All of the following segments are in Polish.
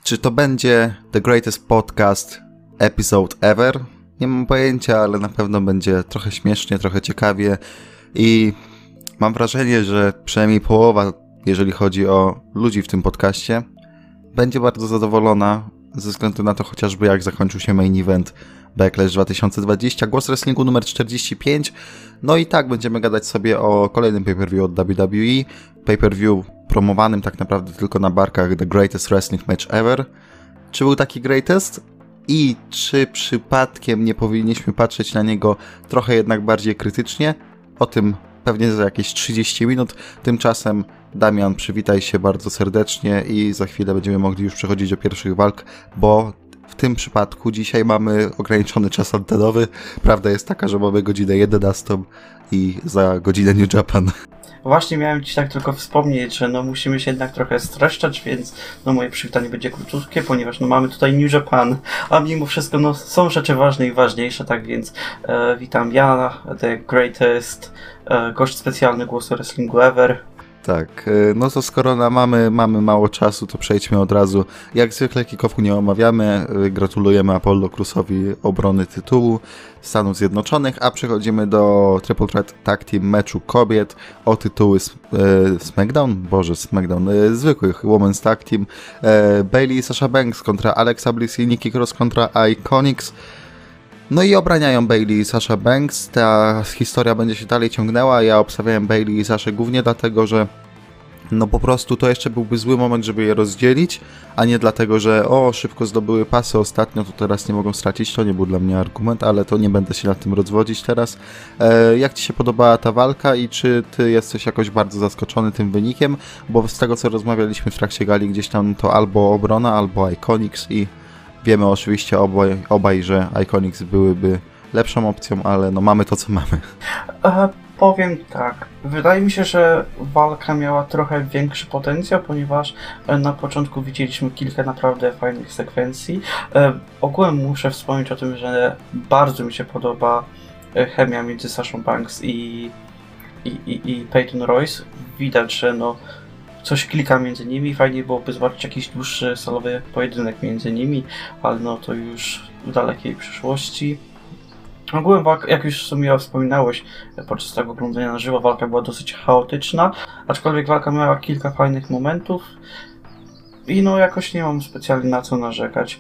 Czy to będzie The Greatest Podcast Episode Ever? Nie mam pojęcia, ale na pewno będzie trochę śmiesznie, trochę ciekawie i mam wrażenie, że przynajmniej połowa, jeżeli chodzi o ludzi w tym podcaście, będzie bardzo zadowolona ze względu na to chociażby jak zakończył się main event Backlash 2020, Głos Wrestlingu numer 45. No i tak, będziemy gadać sobie o kolejnym pay-per-view od WWE, pay-per-view promowanym tak naprawdę tylko na barkach The Greatest Wrestling Match Ever. Czy był taki greatest? I czy przypadkiem nie powinniśmy patrzeć na niego trochę jednak bardziej krytycznie? O tym pewnie za jakieś 30 minut. Tymczasem Damian, przywitaj się bardzo serdecznie i za chwilę będziemy mogli już przechodzić do pierwszych walk, bo w tym przypadku dzisiaj mamy ograniczony czas antenowy. Prawda jest taka, że mamy godzinę 11 i za godzinę New Japan. Właśnie miałem ci tak tylko wspomnieć, że musimy się jednak trochę streszczać, więc moje przywitanie będzie krótkie, ponieważ mamy tutaj New Japan, a mimo wszystko są rzeczy ważne i ważniejsze, tak więc witam ja, The Greatest, gość specjalny Głosu Wrestlingu Ever. Tak, no to skoro mamy mało czasu, to przejdźmy od razu. Jak zwykle kick-offu nie omawiamy. Gratulujemy Apollo Cruzsowi obrony tytułu Stanów Zjednoczonych, a przechodzimy do Triple Threat Tag Team meczu kobiet o tytuły SmackDown, zwykłych Women's Tag Team. Bayley i Sasha Banks kontra Alexa Bliss i Nikki Cross kontra Iconics. No i obraniają Bayley i Sasha Banks. Ta historia będzie się dalej ciągnęła. Ja obstawiałem Bayley i Saszę głównie dlatego, że po prostu to jeszcze byłby zły moment, żeby je rozdzielić, a nie dlatego, że szybko zdobyły pasy ostatnio, to teraz nie mogą stracić. To nie był dla mnie argument, ale to nie będę się nad tym rozwodzić teraz. Jak Ci się podobała ta walka i czy Ty jesteś jakoś bardzo zaskoczony tym wynikiem? Bo z tego, co rozmawialiśmy w trakcie gali, gdzieś tam to albo obrona, albo Iconics i wiemy oczywiście obaj, że Iconics byłyby lepszą opcją, ale mamy to, co mamy. Powiem tak, wydaje mi się, że walka miała trochę większy potencjał, ponieważ na początku widzieliśmy kilka naprawdę fajnych sekwencji. Ogółem muszę wspomnieć o tym, że bardzo mi się podoba chemia między Sashą Banks i Peyton Royce. Widać, że coś klika między nimi, fajnie byłoby zobaczyć jakiś dłuższy solowy pojedynek między nimi, ale to już w dalekiej przyszłości. Ogółem walka, jak już w sumie wspominałeś podczas tego oglądania na żywo, walka była dosyć chaotyczna, aczkolwiek walka miała kilka fajnych momentów i jakoś nie mam specjalnie na co narzekać.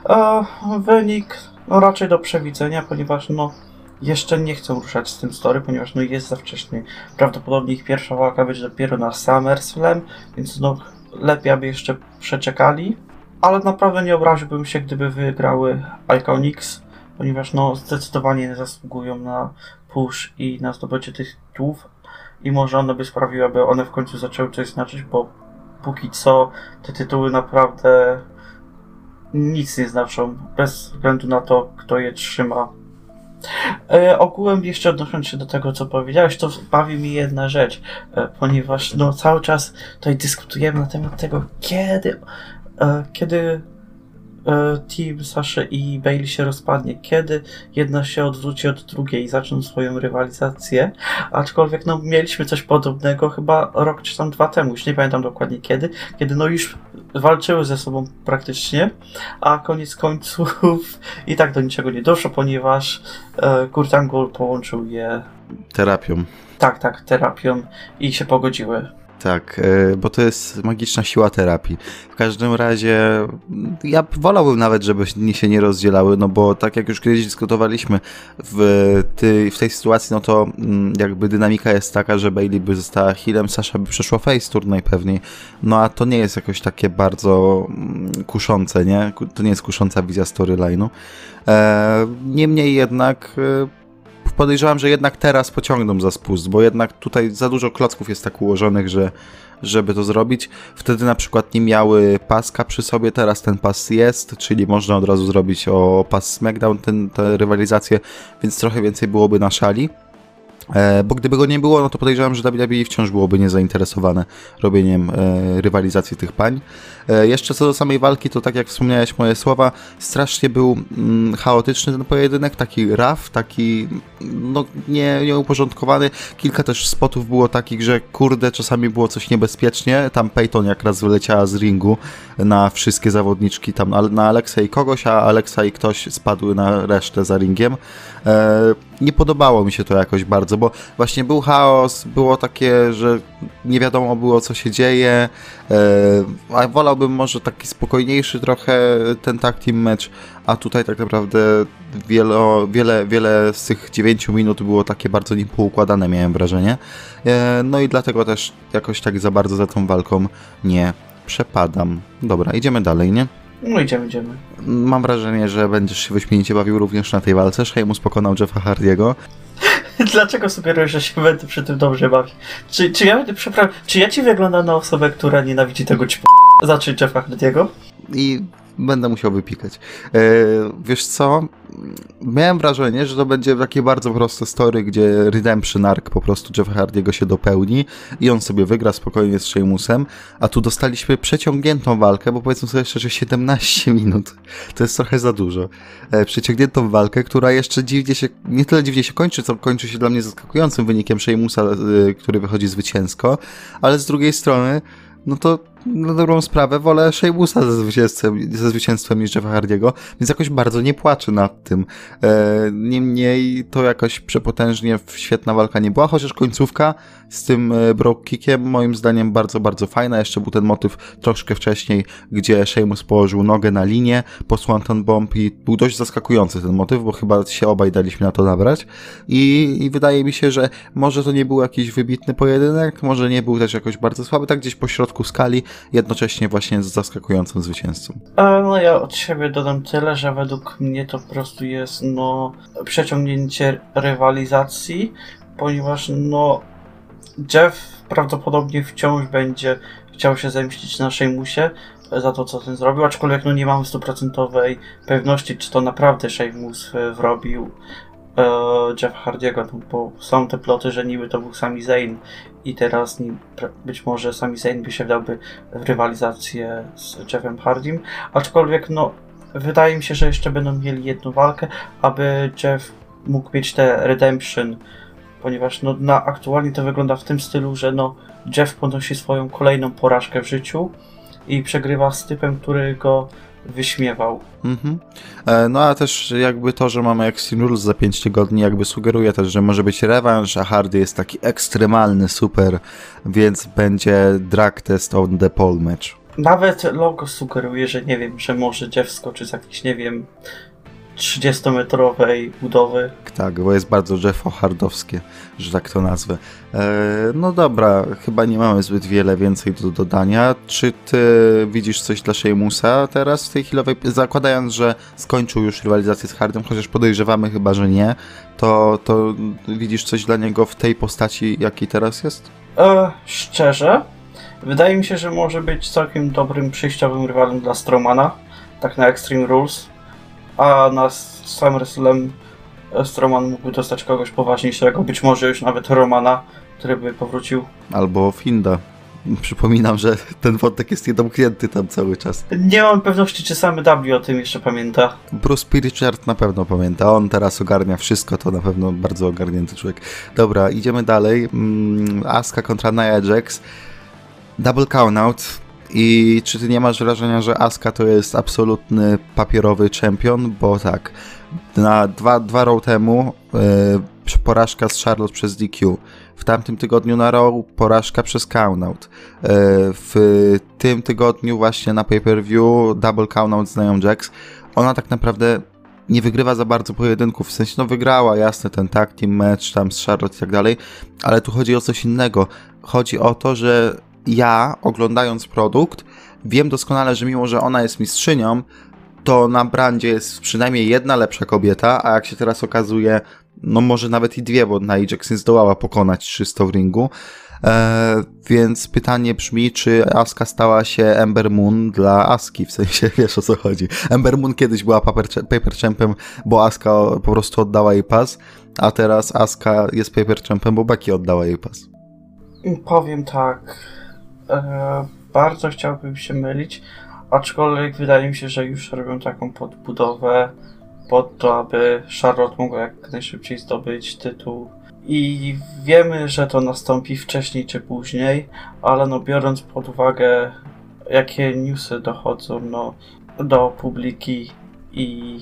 Wynik raczej do przewidzenia, ponieważ jeszcze nie chcę ruszać z tym story, ponieważ jest za wcześnie. Prawdopodobnie ich pierwsza walka będzie dopiero na SummerSlam, więc lepiej, aby jeszcze przeczekali. Ale naprawdę nie obraziłbym się, gdyby wygrały Iconics, ponieważ zdecydowanie zasługują na push i na zdobycie tych tytułów i może one by sprawiły, aby one w końcu zaczęły coś znaczyć, bo póki co te tytuły naprawdę nic nie znaczą, bez względu na to, kto je trzyma. Ogółem jeszcze odnosząc się do tego, co powiedziałeś, to bawi mi jedna rzecz, ponieważ cały czas tutaj dyskutujemy na temat tego, kiedy team Saszy i Bayley się rozpadnie, kiedy jedna się odwróci od drugiej i zaczną swoją rywalizację, aczkolwiek mieliśmy coś podobnego chyba rok czy tam 2 temu, już nie pamiętam dokładnie kiedy już walczyły ze sobą praktycznie, a koniec końców i tak do niczego nie doszło, ponieważ Kurt Angle połączył je terapią. Tak, terapią i się pogodziły. Tak, bo to jest magiczna siła terapii. W każdym razie ja wolałbym nawet, żeby się nie rozdzielały, bo tak jak już kiedyś dyskutowaliśmy w tej sytuacji, to jakby dynamika jest taka, że Bayley by została healem, Sasha by przeszła face turn najpewniej, a to nie jest jakoś takie bardzo kuszące, nie? To nie jest kusząca wizja storyline'u. Niemniej jednak podejrzewam, że jednak teraz pociągną za spust, bo jednak tutaj za dużo klocków jest tak ułożonych, żeby to zrobić. Wtedy na przykład nie miały paska przy sobie, teraz ten pas jest, czyli można od razu zrobić o pas SmackDown tę rywalizację, więc trochę więcej byłoby na szali. Bo gdyby go nie było, no to podejrzewam, że WWE wciąż byłoby niezainteresowane robieniem rywalizacji tych pań. Jeszcze co do samej walki, to tak jak wspomniałeś moje słowa, strasznie był chaotyczny ten pojedynek, taki rough, taki no, nieuporządkowany. Kilka też spotów było takich, że kurde, czasami było coś niebezpiecznie. Tam Peyton jak raz wyleciała z ringu na wszystkie zawodniczki, tam na Alexa i kogoś, a Alexa i ktoś spadły na resztę za ringiem. Nie podobało mi się to jakoś bardzo, bo właśnie był chaos, było takie, że nie wiadomo było, co się dzieje, a wolałbym może taki spokojniejszy trochę ten tag team match, a tutaj tak naprawdę wiele z tych 9 minut było takie bardzo niepoukładane, miałem wrażenie. No i dlatego też jakoś tak za bardzo za tą walką nie przepadam. Dobra, idziemy dalej, nie? No idziemy. Mam wrażenie, że będziesz się wyśmienicie bawił również na tej walce. Sheamus pokonał Jeffa Hardiego. Dlaczego sugerujesz, że się będę przy tym dobrze bawić? Czy ja ci wyglądam na osobę, która nienawidzi tego znaczy Jeffa Hardiego? I będę musiał wypikać. Wiesz co? Miałem wrażenie, że to będzie takie bardzo proste story, gdzie redemption arc po prostu Jeffa Hardiego się dopełni i on sobie wygra spokojnie z Sheamusem, a tu dostaliśmy przeciągniętą walkę, bo powiedzmy sobie szczerze, 17 minut. To jest trochę za dużo. Przeciągniętą walkę, która jeszcze nie tyle dziwnie się kończy, co kończy się dla mnie zaskakującym wynikiem Sheamusa, który wychodzi zwycięsko, ale z drugiej strony no to na dobrą sprawę wolę Sheamusa ze zwycięstwem niż Jeffa Hardiego, więc jakoś bardzo nie płaczę nad tym. Niemniej to jakoś przepotężnie świetna walka nie była, chociaż końcówka z tym brogue kickiem moim zdaniem bardzo, bardzo fajna. Jeszcze był ten motyw troszkę wcześniej, gdzie Sheamus położył nogę na linię po Swanton Bomb i był dość zaskakujący ten motyw, bo chyba się obaj daliśmy na to nabrać i wydaje mi się, że może to nie był jakiś wybitny pojedynek, może nie był też jakoś bardzo słaby, tak gdzieś po środku skali, jednocześnie właśnie z zaskakującym zwycięzcą. No ja od siebie dodam tyle, że według mnie to po prostu jest przeciągnięcie rywalizacji, ponieważ Jeff prawdopodobnie wciąż będzie chciał się zemścić na Sheamusie za to, co ten zrobił, aczkolwiek nie mamy 100% pewności, czy to naprawdę Sheamus wrobił Jeff Hardiego, bo są te ploty, że niby to był Sami Zayn i teraz być może Sami Zayn by się wdałby w rywalizację z Jeffem Hardym, aczkolwiek wydaje mi się, że jeszcze będą mieli jedną walkę, aby Jeff mógł mieć te redemption, ponieważ aktualnie to wygląda w tym stylu, że Jeff ponosi swoją kolejną porażkę w życiu i przegrywa z typem, który go wyśmiewał. No a też jakby to, że mamy Extreme Rules za 5 tygodni jakby sugeruje też, że może być rewanż, a Hardy jest taki ekstremalny, super, więc będzie drag test on the pole match. Nawet logo sugeruje, że że może Jeff skoczy z jakiejś 30-metrowej budowy. Tak, bo jest bardzo Jeffa-hardowskie, że tak to nazwę. No dobra, chyba nie mamy zbyt wiele więcej do dodania. Czy ty widzisz coś dla Sheamusa teraz w tej chwilowej, zakładając, że skończył już rywalizację z Hardym, chociaż podejrzewamy chyba, że nie, to widzisz coś dla niego w tej postaci, jakiej teraz jest? Szczerze, wydaje mi się, że może być całkiem dobrym przejściowym rywalem dla Strowmana, tak na Extreme Rules. A na SummerSlam Strowman mógłby dostać kogoś poważniejszego, być może już nawet Romana, który by powrócił. Albo Finda. Przypominam, że ten wątek jest niedomknięty tam cały czas. Nie mam pewności, czy sam W o tym jeszcze pamięta. Bruce Pritchard na pewno pamięta. On teraz ogarnia wszystko, to na pewno bardzo ogarnięty człowiek. Dobra, idziemy dalej. Asuka kontra Nia Jax. Double countout. I czy ty nie masz wrażenia, że Asuka to jest absolutny papierowy czempion? Bo tak, na dwa Raw temu porażka z Charlotte przez DQ. W tamtym tygodniu na Raw porażka przez countout. W tym tygodniu właśnie na pay-per-view double countout z Nia Jax. Ona tak naprawdę nie wygrywa za bardzo pojedynków, w sensie wygrała, jasne, ten tag team match tam z Charlotte i tak dalej, ale tu chodzi o coś innego. Chodzi o to, że ja, oglądając produkt, wiem doskonale, że mimo, że ona jest mistrzynią, to na brandzie jest przynajmniej jedna lepsza kobieta, a jak się teraz okazuje, no może nawet i dwie, bo Nia Jax nie zdołała pokonać 300 w ringu. Więc pytanie brzmi, czy Asuka stała się Ember Moon dla Asuki, w sensie wiesz o co chodzi. Ember Moon kiedyś była paper champem, bo Asuka po prostu oddała jej pas, a teraz Asuka jest paper champem, bo Becky oddała jej pas. Powiem tak, bardzo chciałbym się mylić, aczkolwiek wydaje mi się, że już robią taką podbudowę po to, aby Charlotte mogła jak najszybciej zdobyć tytuł. I wiemy, że to nastąpi wcześniej czy później, ale no biorąc pod uwagę, jakie newsy dochodzą do publiki i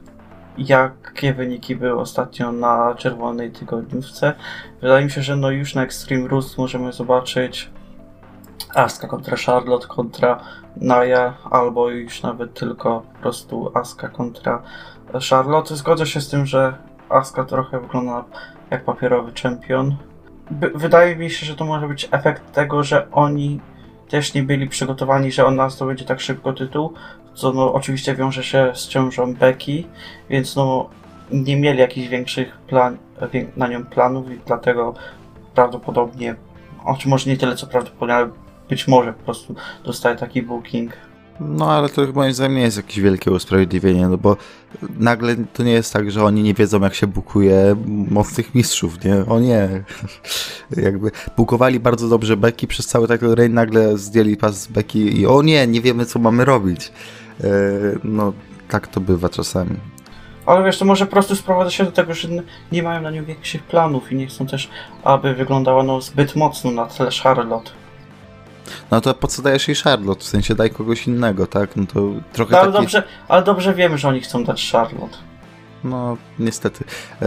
jakie wyniki były ostatnio na czerwonej tygodniówce, wydaje mi się, że no już na Extreme Rules możemy zobaczyć Asuka kontra Charlotte kontra Nia, albo już nawet tylko po prostu Asuka kontra Charlotte. Zgodzę się z tym, że Asuka trochę wygląda jak papierowy czempion. Wydaje mi się, że to może być efekt tego, że oni też nie byli przygotowani, że ona zdobędzie tak szybko tytuł, co no oczywiście wiąże się z ciążą Becky, więc no nie mieli jakichś większych na nią planów i dlatego prawdopodobnie, czy może nie tyle co prawdopodobnie, ale być może po prostu dostaje taki booking. No ale to moim zdaniem nie jest jakieś wielkie usprawiedliwienie, no bo nagle to nie jest tak, że oni nie wiedzą jak się bukuje mocnych mistrzów, nie? O nie. Jakby bukowali bardzo dobrze Becky przez cały title reign, nagle zdjęli pas z Becky i o nie wiemy co mamy robić. No tak to bywa czasami. Ale wiesz, to może po prostu sprowadza się do tego, że nie mają na nią większych planów i nie chcą też, aby wyglądała zbyt mocno na tle Charlotte. No to po co dajesz jej Charlotte? W sensie daj kogoś innego, tak? No to trochę no, ale dobrze wiemy, że oni chcą dać Charlotte. No, niestety.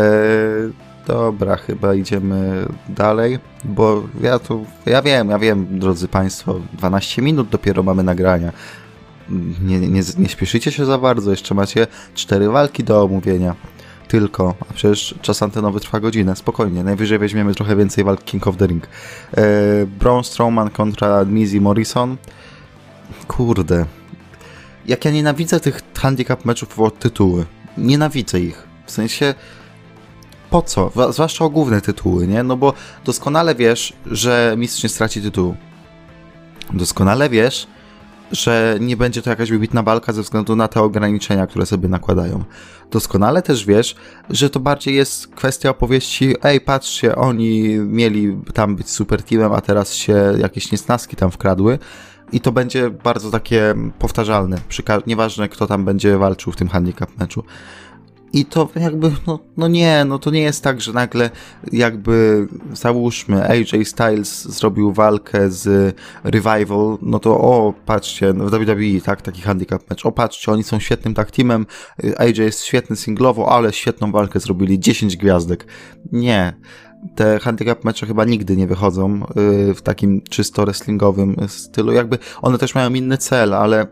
Dobra, chyba idziemy dalej, bo ja wiem, drodzy Państwo, 12 minut dopiero mamy nagrania. Nie śpieszycie się za bardzo, jeszcze macie 4 walki do omówienia. Tylko, a przecież czas antenowy trwa godzinę, spokojnie, najwyżej weźmiemy trochę więcej walk King of the Ring. Braun Strowman kontra Miz i Morrison. Kurde. Jak ja nienawidzę tych handicap meczów o tytuły. Nienawidzę ich. W sensie, po co? Zwłaszcza o główne tytuły, nie? No bo doskonale wiesz, że mistrz nie straci tytułu. Doskonale wiesz, że nie będzie to jakaś wybitna walka ze względu na te ograniczenia, które sobie nakładają. Doskonale też wiesz, że to bardziej jest kwestia opowieści, patrzcie, oni mieli tam być super teamem, a teraz się jakieś niesnaski tam wkradły i to będzie bardzo takie powtarzalne, nieważne kto tam będzie walczył w tym handicap meczu. I to jakby, to nie jest tak, że nagle jakby, załóżmy, AJ Styles zrobił walkę z Revival, no to patrzcie, w WWE, tak, taki handicap match, patrzcie, oni są świetnym tag teamem, AJ jest świetny singlowo, ale świetną walkę zrobili, 10 gwiazdek. Nie. Te handicap mecze chyba nigdy nie wychodzą w takim czysto wrestlingowym stylu, jakby one też mają inny cel, ale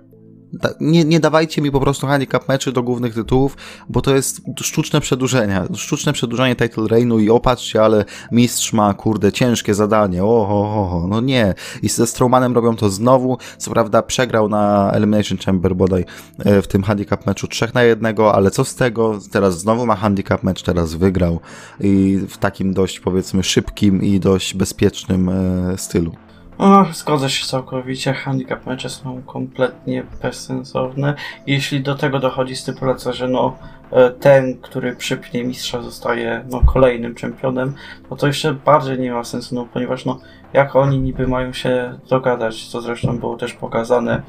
nie dawajcie mi po prostu handicap meczy do głównych tytułów, bo to jest sztuczne przedłużenie title reignu i opatrzcie, ale mistrz ma, ciężkie zadanie, no nie. I ze Strowmanem robią to znowu, co prawda przegrał na Elimination Chamber bodaj w tym handicap meczu 3-1, ale co z tego, teraz znowu ma handicap mecz, teraz wygrał i w takim dość, powiedzmy, szybkim i dość bezpiecznym stylu. Zgodzę się całkowicie, handicap mecze są kompletnie bezsensowne. Jeśli do tego dochodzi stypulacja, że ten, który przypnie mistrza zostaje kolejnym czempionem, to jeszcze bardziej nie ma sensu, ponieważ jak oni niby mają się dogadać, co zresztą było też pokazane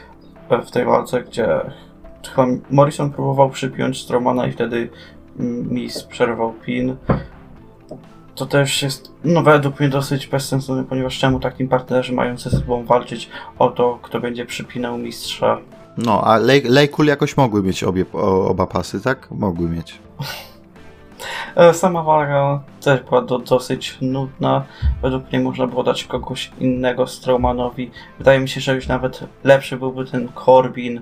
w tej walce, gdzie chyba Morrison próbował przypiąć Strowmana i wtedy Miz przerwał pin. To też jest, według mnie dosyć bezsensowne, ponieważ czemu takim partnerzy mają ze sobą walczyć o to, kto będzie przypinał mistrza? No, a Lejkul jakoś mogły mieć oba pasy, tak? Mogły mieć. Sama walka też była dosyć nudna. Według mnie można było dać kogoś innego Strowmanowi. Wydaje mi się, że już nawet lepszy byłby ten Corbin,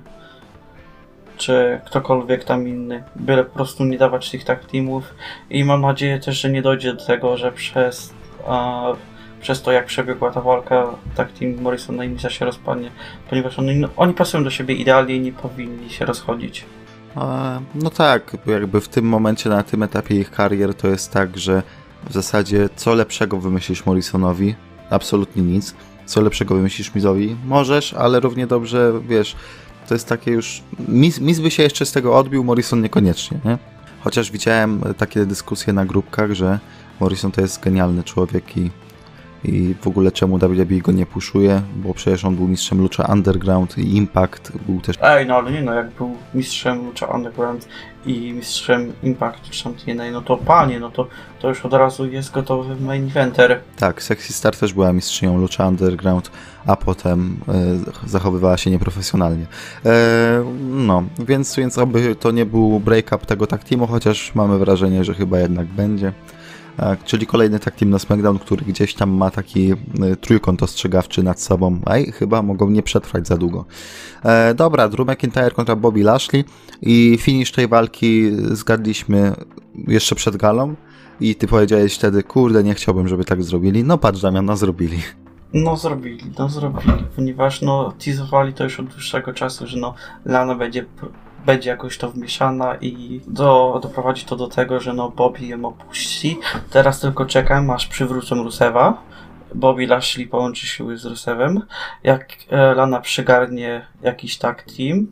czy ktokolwiek tam inny, byle po prostu nie dawać tych tag teamów i mam nadzieję też, że nie dojdzie do tego, że przez to, jak przebiegła ta walka, tak Team Morrisona i Misa się rozpadnie, ponieważ oni pasują do siebie idealnie i nie powinni się rozchodzić. No tak, jakby w tym momencie, na tym etapie ich karier to jest tak, że w zasadzie co lepszego wymyślisz Morrisonowi? Absolutnie nic. Co lepszego wymyślisz Mizowi? Możesz, ale równie dobrze, wiesz, to jest takie już... Miz by się jeszcze z tego odbił, Morrison niekoniecznie, nie? Chociaż widziałem takie dyskusje na grupkach, że Morrison to jest genialny człowiek i w ogóle czemu WWE go nie puszuje, bo przecież on był mistrzem Lucha Underground i Impact był też... No ale nie no, jak był mistrzem Lucha Underground i mistrzem Impact czy TNA, no to panie, no to już od razu jest gotowy main eventer. Tak, Sexy Star też była mistrzynią Lucha Underground, a potem zachowywała się nieprofesjonalnie. No, więc oby to nie był break-up tego tag teamu, chociaż mamy wrażenie, że chyba jednak będzie. Czyli kolejny tag team na SmackDown, który gdzieś tam ma taki trójkąt ostrzegawczy nad sobą, a chyba mogą nie przetrwać za długo. Dobra, Drew McIntyre kontra Bobby Lashley i finish tej walki zgadliśmy jeszcze przed galą i ty powiedziałeś wtedy, kurde, nie chciałbym, żeby tak zrobili. No patrz, Damian, no zrobili. No zrobili, ponieważ teasowali to już od dłuższego czasu, że Lana będzie jakoś to wmieszana i doprowadzi to do tego, że Bobby ją opuści. Teraz tylko czekam, aż przywrócą Ruseva. Bobby Lashley połączy siły z Rusevem. Jak Lana przygarnie jakiś tag team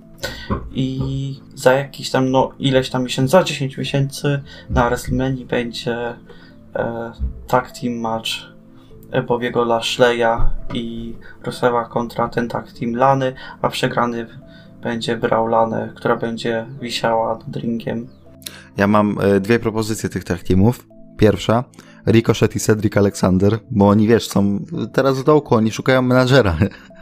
i za jakiś tam, ileś tam miesięcy, za 10 miesięcy na WrestleMania będzie tag team match Bobby'ego Lashley'a i Ruseva kontra ten tag team Lany, a przegrany będzie brał Lanę, która będzie wisiała nad ringiem. Ja mam dwie propozycje tych tag teamów. Pierwsza, Ricochet i Cedric Alexander, bo oni, wiesz, są teraz w dołku, oni szukają menadżera.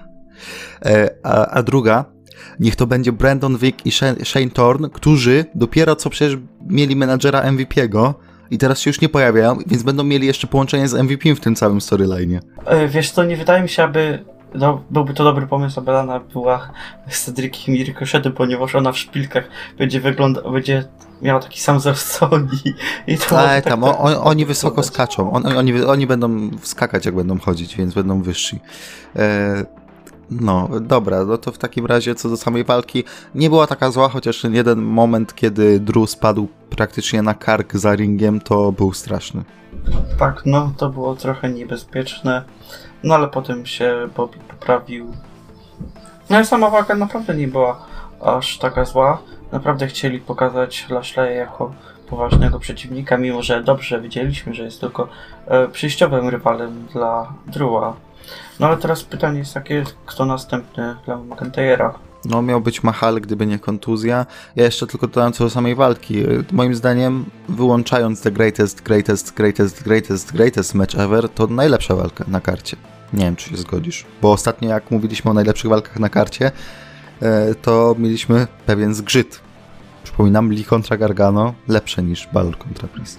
A druga, niech to będzie Brandon Vick i Shane Thorne, którzy dopiero co przecież mieli menadżera MVP'ego i teraz się już nie pojawiają, więc będą mieli jeszcze połączenie z MVP w tym całym storyline'ie. Wiesz co, nie wydaje mi się, byłby to dobry pomysł, aby Lana była z Cedriciem i Ricochetem, ponieważ ona w szpilkach będzie miała taki sam wzrost co oni. I to oni wysoko skaczą. Oni będą skakać, jak będą chodzić, więc będą wyżsi. No, dobra, no to w takim razie co do samej walki nie była taka zła, chociaż ten jeden moment, kiedy Drew spadł praktycznie na kark za ringiem, to był straszny. Tak, to było trochę niebezpieczne, ale potem się Bobby poprawił. No i sama walka naprawdę nie była aż taka zła. Naprawdę chcieli pokazać Lashley'a jako poważnego przeciwnika, mimo że dobrze wiedzieliśmy, że jest tylko przyjściowym rywalem dla Drewa. No ale teraz pytanie jest takie, kto następny dla McIntyre'a? No miał być Mahal, gdyby nie kontuzja. Ja jeszcze tylko dodam co do samej walki. Moim zdaniem, wyłączając The Greatest Match Ever, to najlepsza walka na karcie. Nie wiem, czy się zgodzisz. Bo ostatnio jak mówiliśmy o najlepszych walkach na karcie, to mieliśmy pewien zgrzyt. Przypominam, Lee kontra Gargano lepsze niż Balor kontra Priest.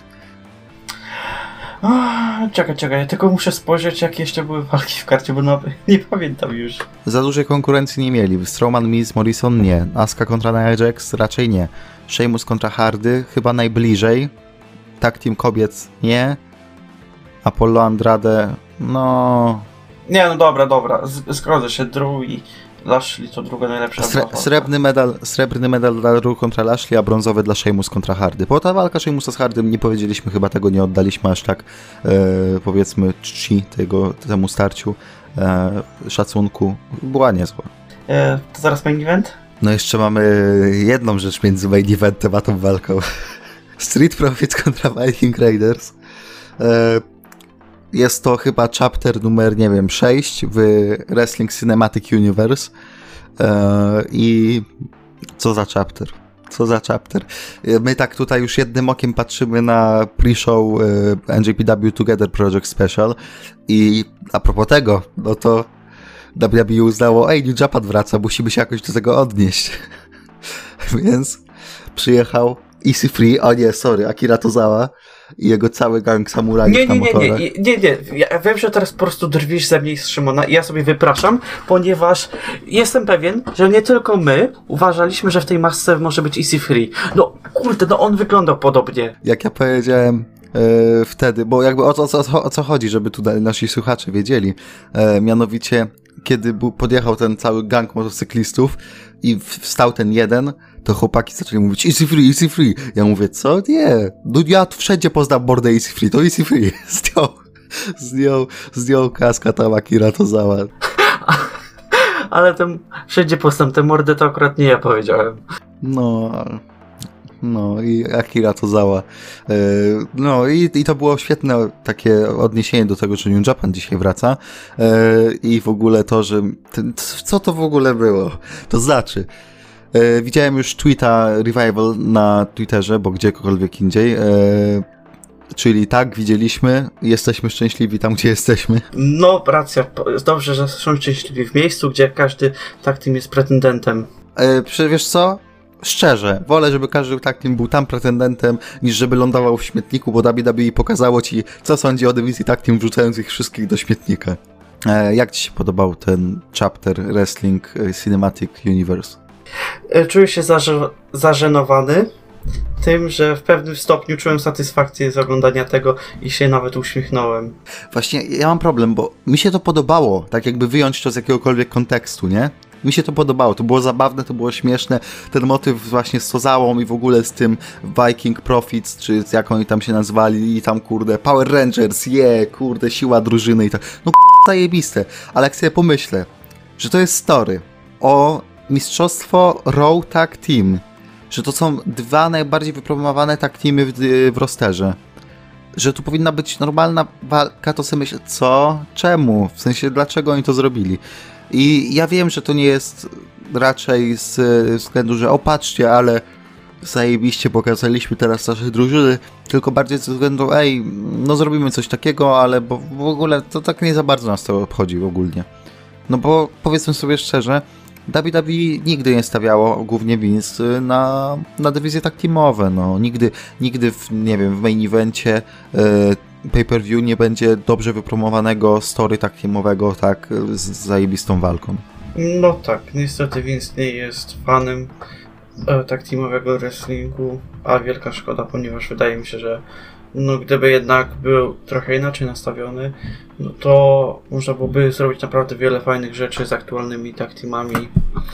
Czekaj, ja tylko muszę spojrzeć, jakie jeszcze były walki w karcie, bo nie pamiętam już. Za dużej konkurencji nie mieli. Strowman, Miz, Morrison nie. Asuka kontra Nia Jax raczej nie. Sheamus kontra Hardy chyba najbliżej. Tag Team kobiet nie. Apollo Andrade Nie, dobra. Zgodzę się, Drew i Lashley to druga najlepsza walka. Srebrny medal dla Drew kontra Lashley, a brązowy dla Sheamus kontra Hardy. Bo ta walka Sheamusa z Hardym, nie powiedzieliśmy, chyba tego nie oddaliśmy aż tak, powiedzmy, czci temu starciu, szacunku. Była niezła. To zaraz main event? No jeszcze mamy jedną rzecz między main eventem a tą walką. Street Profits kontra Viking Raiders. Jest to chyba chapter numer, 6 w Wrestling Cinematic Universe. I co za chapter. My tak tutaj już jednym okiem patrzymy na pre-show NJPW Together Project Special i a propos tego, no to WWE uznało, New Japan wraca, musimy się jakoś do tego odnieść. Więc przyjechał EC3, Akira Tozawa i jego cały gang samurajów na motorach. Nie. Ja wiem, że teraz po prostu drwisz ze mnie i z Szymona i ja sobie wypraszam, ponieważ jestem pewien, że nie tylko my uważaliśmy, że w tej masce może być EC3. On wyglądał podobnie. Jak ja powiedziałem, wtedy, bo jakby o co chodzi, żeby tutaj nasi słuchacze wiedzieli. Mianowicie, kiedy podjechał ten cały gang motocyklistów i wstał ten jeden, to chłopaki zaczęli mówić easy free, easy free. Ja mówię, co? Nie. No ja wszędzie poznam mordę easy free, to easy free. Zdjął kaska tam Akira Tozawa. Ale wszędzie poznam tę mordę, to akurat nie ja powiedziałem. No i Akira Tozawa. No i to było świetne takie odniesienie do tego, że New Japan dzisiaj wraca. I w ogóle to, że... Co to w ogóle było? To znaczy... Widziałem już tweeta Revival na Twitterze, bo gdziekolwiek indziej. Czyli tak, widzieliśmy, jesteśmy szczęśliwi tam, gdzie jesteśmy. No, racja. Dobrze, że są szczęśliwi w miejscu, gdzie każdy tag team jest pretendentem. Wiesz co? Szczerze, wolę, żeby każdy tag team był tam pretendentem, niż żeby lądował w śmietniku, bo WWE pokazało ci, co sądzi o dywizji tag team, wrzucając ich wszystkich do śmietnika. Jak ci się podobał ten chapter Wrestling Cinematic Universe? Czuję się zażenowany tym, że w pewnym stopniu czułem satysfakcję z oglądania tego i się nawet uśmiechnąłem. Właśnie ja mam problem, bo mi się to podobało, tak jakby wyjąć to z jakiegokolwiek kontekstu, nie? Mi się to podobało, to było zabawne, to było śmieszne, ten motyw właśnie z Tozałą i w ogóle z tym Viking Profits, czy jak oni tam się nazwali i tam kurde Power Rangers, kurde siła drużyny i tak, no zajebiste, ale jak sobie pomyślę, że to jest story o mistrzostwo Raw Tag Team, że to są dwa najbardziej wypromowane tag teamy w rosterze, że tu powinna być normalna walka, to sobie myślę, co? Czemu? W sensie, dlaczego oni to zrobili? I ja wiem, że to nie jest raczej z względu, że patrzcie, ale zajebiście pokazaliśmy teraz nasze drużyny, tylko bardziej ze względu, no zrobimy coś takiego, ale bo w ogóle to tak nie za bardzo nas to obchodzi ogólnie. No bo powiedzmy sobie szczerze, WWE nigdy nie stawiało, głównie Vince, na dywizje tag teamowe, no. Nigdy nie wiem, w main evencie pay-per-view nie będzie dobrze wypromowanego story tag teamowego, tak, z zajebistą walką. No tak, niestety Vince nie jest fanem tag teamowego wrestlingu, a wielka szkoda, ponieważ wydaje mi się, że no, gdyby jednak był trochę inaczej nastawiony, no to można byłoby zrobić naprawdę wiele fajnych rzeczy z aktualnymi tag teamami.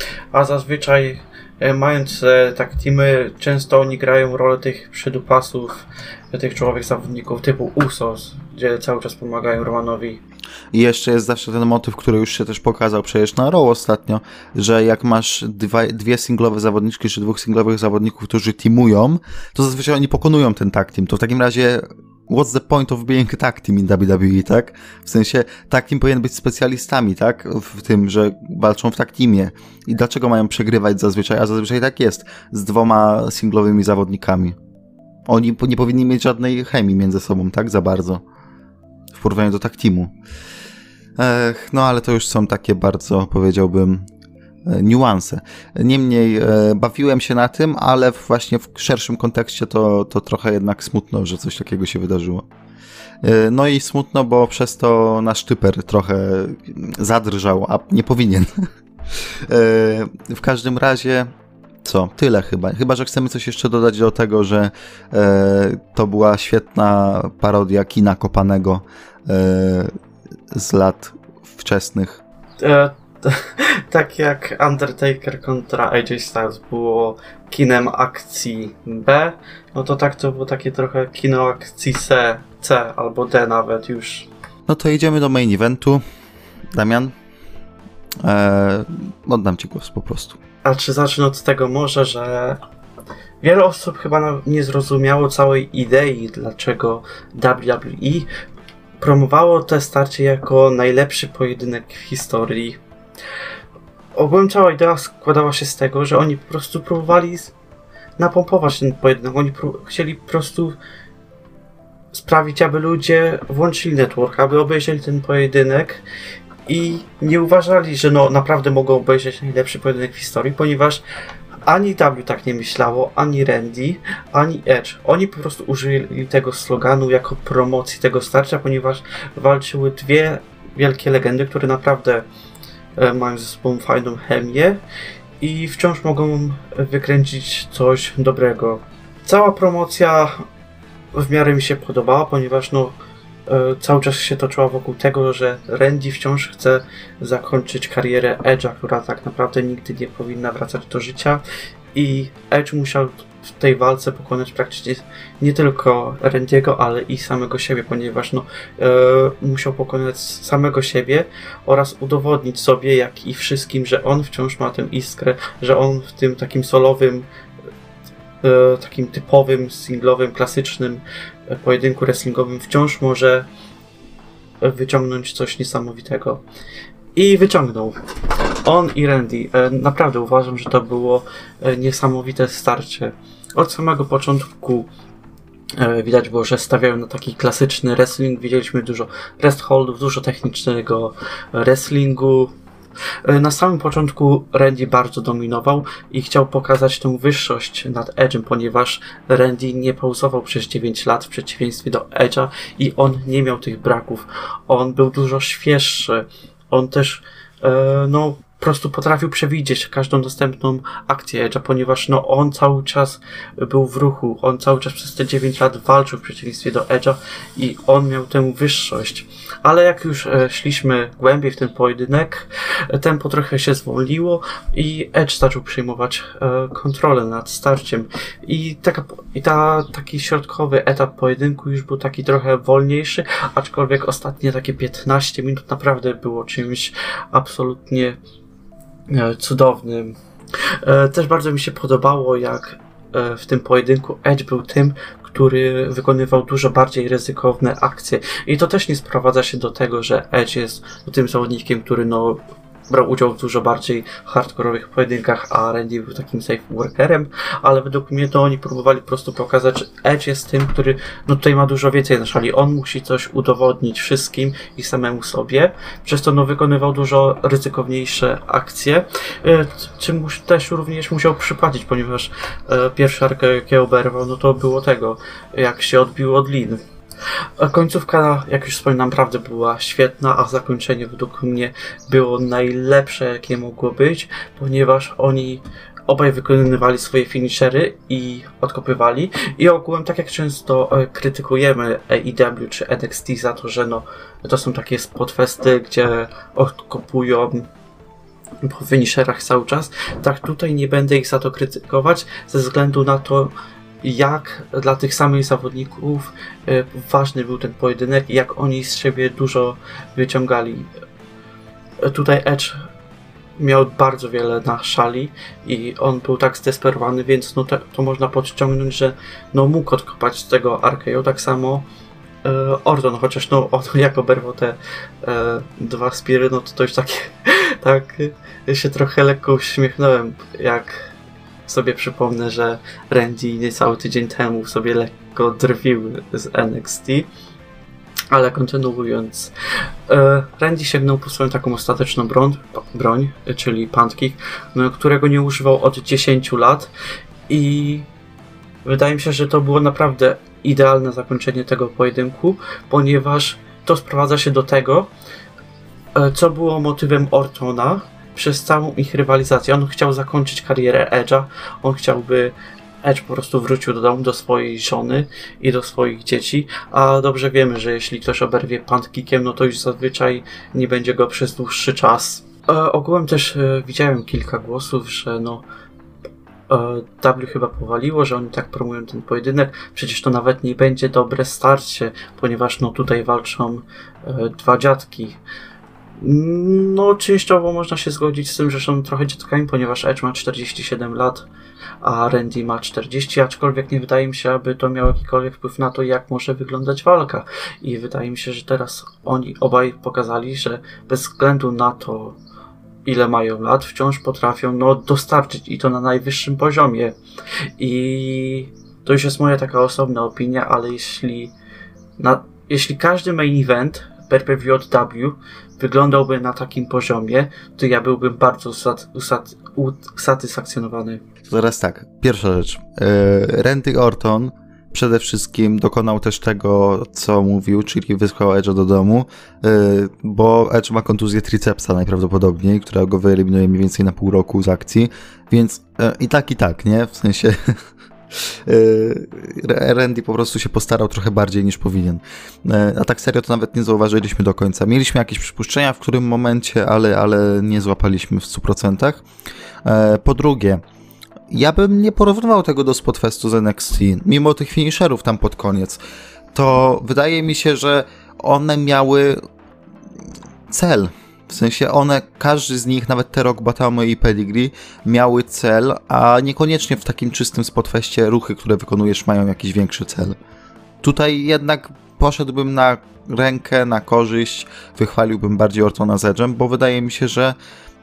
A zazwyczaj mając tag teamy, często oni grają rolę tych przydupasów, tych czołowych zawodników typu Usos, gdzie cały czas pomagają Romanowi. I jeszcze jest zawsze ten motyw, który już się też pokazał przecież na Raw ostatnio, że jak masz dwie singlowe zawodniczki czy dwóch singlowych zawodników, którzy teamują, to zazwyczaj oni pokonują ten tag team. To w takim razie what's the point of being tag team in WWE, tak? W sensie tag team powinien być specjalistami, tak? W tym, że walczą w tag teamie. I dlaczego mają przegrywać zazwyczaj? A zazwyczaj tak jest z dwoma singlowymi zawodnikami. Oni nie powinni mieć żadnej chemii między sobą, tak? Za bardzo. W porównaniu do tag teamu. No ale to już są takie bardzo, powiedziałbym, niuanse. Niemniej bawiłem się na tym, ale właśnie w szerszym kontekście to trochę jednak smutno, że coś takiego się wydarzyło. No i smutno, bo przez to nasz typer trochę zadrżał, a nie powinien. W każdym razie tyle chyba. Chyba, że chcemy coś jeszcze dodać do tego, że to była świetna parodia kina kopanego z lat wczesnych. Tak jak Undertaker kontra AJ Styles było kinem akcji B, no to tak to było takie trochę kino akcji C albo D nawet już. No to idziemy do main eventu. Damian, oddam ci głos po prostu. A czy zacznę od tego może, że wiele osób chyba nie zrozumiało całej idei, dlaczego WWE promowało te starcie jako najlepszy pojedynek w historii. Ogólnie cała idea składała się z tego, że oni po prostu próbowali napompować ten pojedynek. Oni chcieli po prostu sprawić, aby ludzie włączyli network, aby obejrzeli ten pojedynek i nie uważali, że no naprawdę mogą obejrzeć najlepszy pojedynek w historii, ponieważ ani W tak nie myślało, ani Randy, ani Edge. Oni po prostu użyli tego sloganu jako promocji tego starcia, ponieważ walczyły dwie wielkie legendy, które naprawdę mają ze sobą fajną chemię i wciąż mogą wykręcić coś dobrego. Cała promocja w miarę mi się podobała, ponieważ cały czas się toczyła wokół tego, że Randy wciąż chce zakończyć karierę Edge'a, która tak naprawdę nigdy nie powinna wracać do życia i Edge musiał w tej walce pokonać praktycznie nie tylko Randy'ego, ale i samego siebie, ponieważ musiał pokonać samego siebie oraz udowodnić sobie, jak i wszystkim, że on wciąż ma tę iskrę, że on w tym takim solowym, takim typowym, singlowym, klasycznym pojedynku wrestlingowym wciąż może wyciągnąć coś niesamowitego. I wyciągnął. On i Randy. Naprawdę uważam, że to było niesamowite starcie. Od samego początku widać było, że stawiają na taki klasyczny wrestling. Widzieliśmy dużo rest holdów, dużo technicznego wrestlingu. Na samym początku Randy bardzo dominował i chciał pokazać tę wyższość nad Edge'em, ponieważ Randy nie pauzował przez 9 lat w przeciwieństwie do Edge'a i on nie miał tych braków. On był dużo świeższy. On też po prostu potrafił przewidzieć każdą dostępną akcję Edge'a, ponieważ on cały czas był w ruchu, on cały czas przez te 9 lat walczył w przeciwieństwie do Edge'a i on miał tę wyższość. Ale jak już szliśmy głębiej w ten pojedynek, tempo trochę się zwolniło i Edge zaczął przejmować kontrolę nad starciem. Taki środkowy etap pojedynku już był taki trochę wolniejszy, aczkolwiek ostatnie takie 15 minut naprawdę było czymś absolutnie cudownym. Też bardzo mi się podobało, jak w tym pojedynku Edge był tym, który wykonywał dużo bardziej ryzykowne akcje. I to też nie sprowadza się do tego, że Edge jest tym zawodnikiem, który brał udział w dużo bardziej hardkorowych pojedynkach, a Randy był takim safe workerem, ale według mnie to oni próbowali po prostu pokazać, że Edge jest tym, który tutaj ma dużo więcej na szali. On musi coś udowodnić wszystkim i samemu sobie, przez to wykonywał dużo ryzykowniejsze akcje, czym też również musiał przypłacić, ponieważ pierwszy arkę, jakie oberwał, to było tego, jak się odbił od Lin. Końcówka, jak już wspominam, naprawdę była świetna, a zakończenie według mnie było najlepsze, jakie mogło być, ponieważ oni obaj wykonywali swoje finishery i odkopywali. I ogółem, tak jak często krytykujemy AEW czy NXT za to, że to są takie spotfesty, gdzie odkopują po finisherach cały czas, tak tutaj nie będę ich za to krytykować, ze względu na to, jak dla tych samych zawodników ważny był ten pojedynek i jak oni z siebie dużo wyciągali. Tutaj Edge miał bardzo wiele na szali i on był tak zdesperowany, więc to można podciągnąć, że mógł odkopać z tego RKO. Tak samo Orton, chociaż on jak oberwał te dwa spiry, to już takie tak się trochę lekko uśmiechnąłem, jak sobie przypomnę, że Randy niecały tydzień temu sobie lekko drwił z NXT. Ale kontynuując, Randy sięgnął po swoją taką ostateczną broń, czyli puntkick, którego nie używał od 10 lat i wydaje mi się, że to było naprawdę idealne zakończenie tego pojedynku, ponieważ to sprowadza się do tego, co było motywem Ortona przez całą ich rywalizację. On chciał zakończyć karierę Edge'a, on chciałby Edge po prostu wrócił do domu, do swojej żony i do swoich dzieci, a dobrze wiemy, że jeśli ktoś oberwie puntkickiem, to już zazwyczaj nie będzie go przez dłuższy czas. Ogółem też widziałem kilka głosów, że W chyba powaliło, że oni tak promują ten pojedynek, przecież to nawet nie będzie dobre starcie, ponieważ tutaj walczą dwa dziadki. Częściowo można się zgodzić z tym, że są trochę dziadkami, ponieważ Edge ma 47 lat, a Randy ma 40, aczkolwiek nie wydaje mi się, aby to miało jakikolwiek wpływ na to, jak może wyglądać walka. I wydaje mi się, że teraz oni obaj pokazali, że bez względu na to, ile mają lat, wciąż potrafią dostarczyć i to na najwyższym poziomie. I to już jest moja taka osobna opinia, ale jeśli każdy main event pay-per-view od W wyglądałby na takim poziomie, to ja byłbym bardzo usatysfakcjonowany. Zaraz tak, pierwsza rzecz. Randy Orton przede wszystkim dokonał też tego, co mówił, czyli wysłał Edge'a do domu, bo Edge ma kontuzję tricepsa najprawdopodobniej, która go wyeliminuje mniej więcej na pół roku z akcji, więc i tak, nie? W sensie Randy po prostu się postarał trochę bardziej niż powinien. A tak serio to nawet nie zauważyliśmy do końca. Mieliśmy jakieś przypuszczenia w którym momencie, ale nie złapaliśmy w 100%. Po drugie, ja bym nie porównywał tego do Spotfestu z NXT, mimo tych finisherów tam pod koniec. To wydaje mi się, że one miały cel. W sensie każdy z nich, nawet te Rock Bottomy i Pedigree, miały cel, a niekoniecznie w takim czystym Spotfestie ruchy, które wykonujesz, mają jakiś większy cel. Tutaj jednak poszedłbym na rękę, na korzyść, wychwaliłbym bardziej Ortona z Edge'em, bo wydaje mi się, że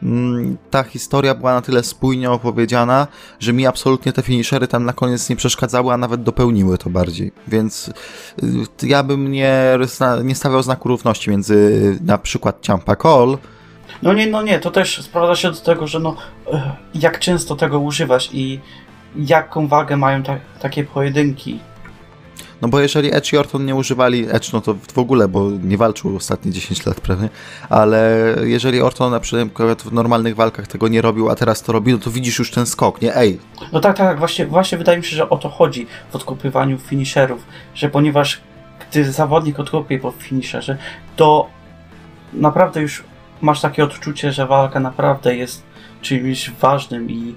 ta historia była na tyle spójnie opowiedziana, że mi absolutnie te finishery tam na koniec nie przeszkadzały, a nawet dopełniły to bardziej. Więc ja bym nie stawiał znaku równości między na przykład Ciampa Cole. No nie, to też sprowadza się do tego, że jak często tego używasz i jaką wagę mają takie pojedynki. No bo jeżeli Edge i Orton nie używali, Edge no to w ogóle, bo nie walczył ostatnie 10 lat prawie, ale jeżeli Orton na przykład w normalnych walkach tego nie robił, a teraz to robi, no to widzisz już ten skok, nie? Ej! No tak, właśnie wydaje mi się, że o to chodzi w odkopywaniu finisherów, że ponieważ gdy zawodnik odkopie po finisherze, to naprawdę już masz takie odczucie, że walka naprawdę jest czymś ważnym i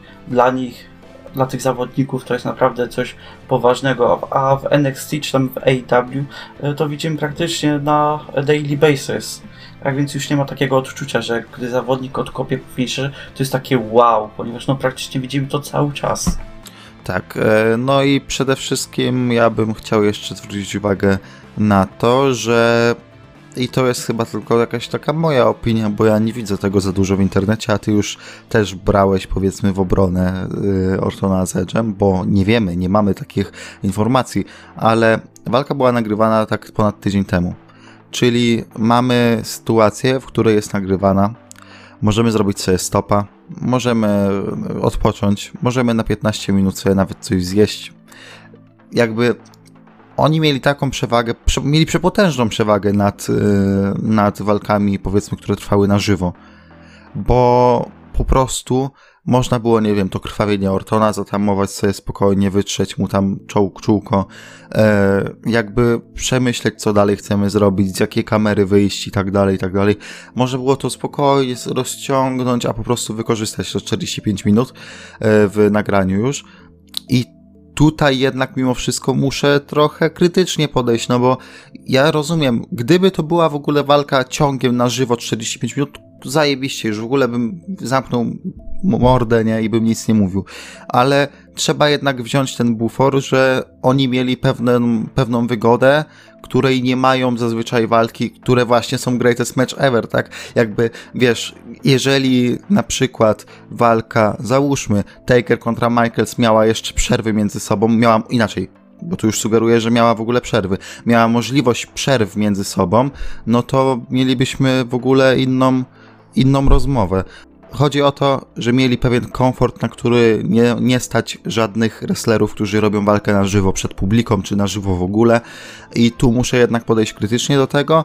dla tych zawodników to jest naprawdę coś poważnego, a w NXT czy tam w AEW to widzimy praktycznie na daily basis. Tak więc już nie ma takiego odczucia, że gdy zawodnik odkopie po finisherze, to jest takie wow, ponieważ praktycznie widzimy to cały czas. Tak, no i przede wszystkim ja bym chciał jeszcze zwrócić uwagę na to, że i to jest chyba tylko jakaś taka moja opinia, bo ja nie widzę tego za dużo w internecie, a ty już też brałeś powiedzmy w obronę Ortona z Edge'em, bo nie wiemy, nie mamy takich informacji, ale walka była nagrywana tak ponad tydzień temu. Czyli mamy sytuację, w której jest nagrywana, możemy zrobić sobie stopa, możemy odpocząć, możemy na 15 minut sobie nawet coś zjeść. Jakby oni mieli taką przewagę, mieli przepotężną przewagę nad walkami, powiedzmy, które trwały na żywo. Bo po prostu można było, nie wiem, to krwawienie Ortona zatamować sobie spokojnie, wytrzeć mu tam czółko, jakby przemyśleć, co dalej chcemy zrobić, z jakiej kamery wyjść i tak dalej, i tak dalej. Można było to spokojnie rozciągnąć, a po prostu wykorzystać to 45 minut w nagraniu już. I tutaj jednak mimo wszystko muszę trochę krytycznie podejść, no bo ja rozumiem, gdyby to była w ogóle walka ciągiem na żywo 45 minut, to zajebiście, już w ogóle bym zamknął mordę, nie, i bym nic nie mówił. Ale trzeba jednak wziąć ten bufor, że oni mieli pewną wygodę, której nie mają zazwyczaj walki, które właśnie są greatest match ever, tak? Jakby, wiesz, jeżeli na przykład walka, załóżmy, Taker kontra Michaels miała jeszcze przerwy między sobą, bo tu już sugeruję, że miała w ogóle przerwy, miała możliwość przerw między sobą, no to mielibyśmy w ogóle inną rozmowę. Chodzi o to, że mieli pewien komfort, na który nie stać żadnych wrestlerów, którzy robią walkę na żywo przed publiką, czy na żywo w ogóle. I tu muszę jednak podejść krytycznie do tego,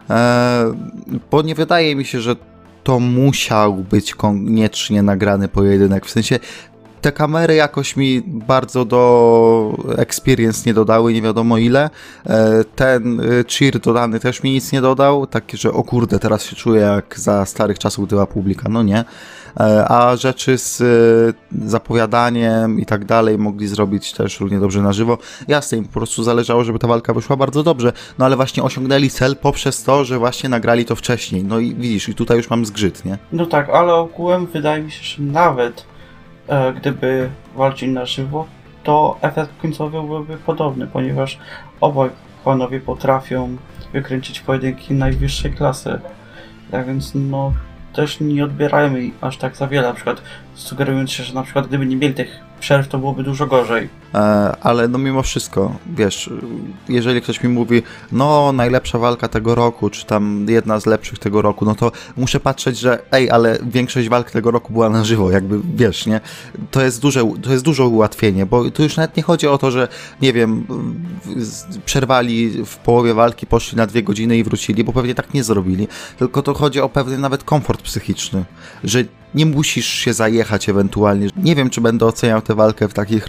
bo nie wydaje mi się, że to musiał być koniecznie nagrany pojedynek. W sensie te kamery jakoś mi bardzo do experience nie dodały, nie wiadomo ile. Ten cheer dodany też mi nic nie dodał, takie, że o kurde, teraz się czuję jak za starych czasów była publika, no nie. A rzeczy z zapowiadaniem i tak dalej mogli zrobić też równie dobrze na żywo. Jasne, im po prostu zależało, żeby ta walka wyszła bardzo dobrze, no ale właśnie osiągnęli cel poprzez to, że właśnie nagrali to wcześniej. No i widzisz, i tutaj już mam zgrzyt, nie? No tak, ale ogółem wydaje mi się, że nawet gdyby walczyli na żywo, to efekt końcowy byłby podobny, ponieważ obaj panowie potrafią wykręcić pojedynki najwyższej klasy. Tak więc też nie odbierajmy aż tak za wiele, na przykład sugerując się, że na przykład gdyby nie mieli tych przerw, to byłoby dużo gorzej. Ale mimo wszystko, wiesz, jeżeli ktoś mi mówi, najlepsza walka tego roku, czy tam jedna z lepszych tego roku, no to muszę patrzeć, że ale większość walk tego roku była na żywo, jakby, wiesz, nie? To jest duże ułatwienie, bo tu już nawet nie chodzi o to, że, nie wiem, przerwali w połowie walki, poszli na 2 godziny i wrócili, bo pewnie tak nie zrobili, tylko to chodzi o pewien nawet komfort psychiczny, że nie musisz się zajechać ewentualnie. Nie wiem, czy będę oceniał tę walkę w takich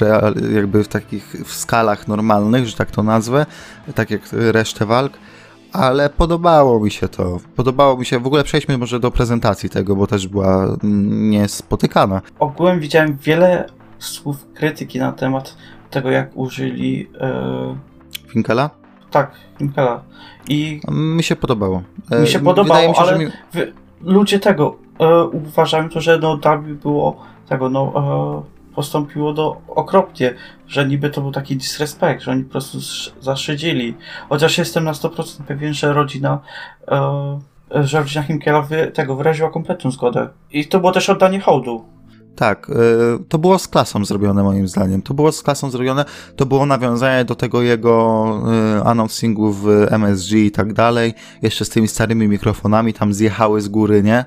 w skalach normalnych, że tak to nazwę, tak jak resztę walk, ale podobało mi się to. Podobało mi się, w ogóle przejdźmy może do prezentacji tego, bo też była niespotykana. Ogółem widziałem wiele słów krytyki na temat tego, jak użyli... Finkela? Tak, Finkela. I mi się podobało. Mi się podobało, Wydaje mi się, ale że ludzie tego uważają to, że no W było tego, postąpiło okropnie, że niby to był taki disrespect, że oni po prostu zaszydzili. Chociaż jestem na 100% pewien, że rodzina Finkela wyraziła kompletną zgodę. I to było też oddanie hołdu. Tak, to było z klasą zrobione moim zdaniem. To było nawiązanie do tego jego announcingu w MSG i tak dalej. Jeszcze z tymi starymi mikrofonami tam zjechały z góry, nie?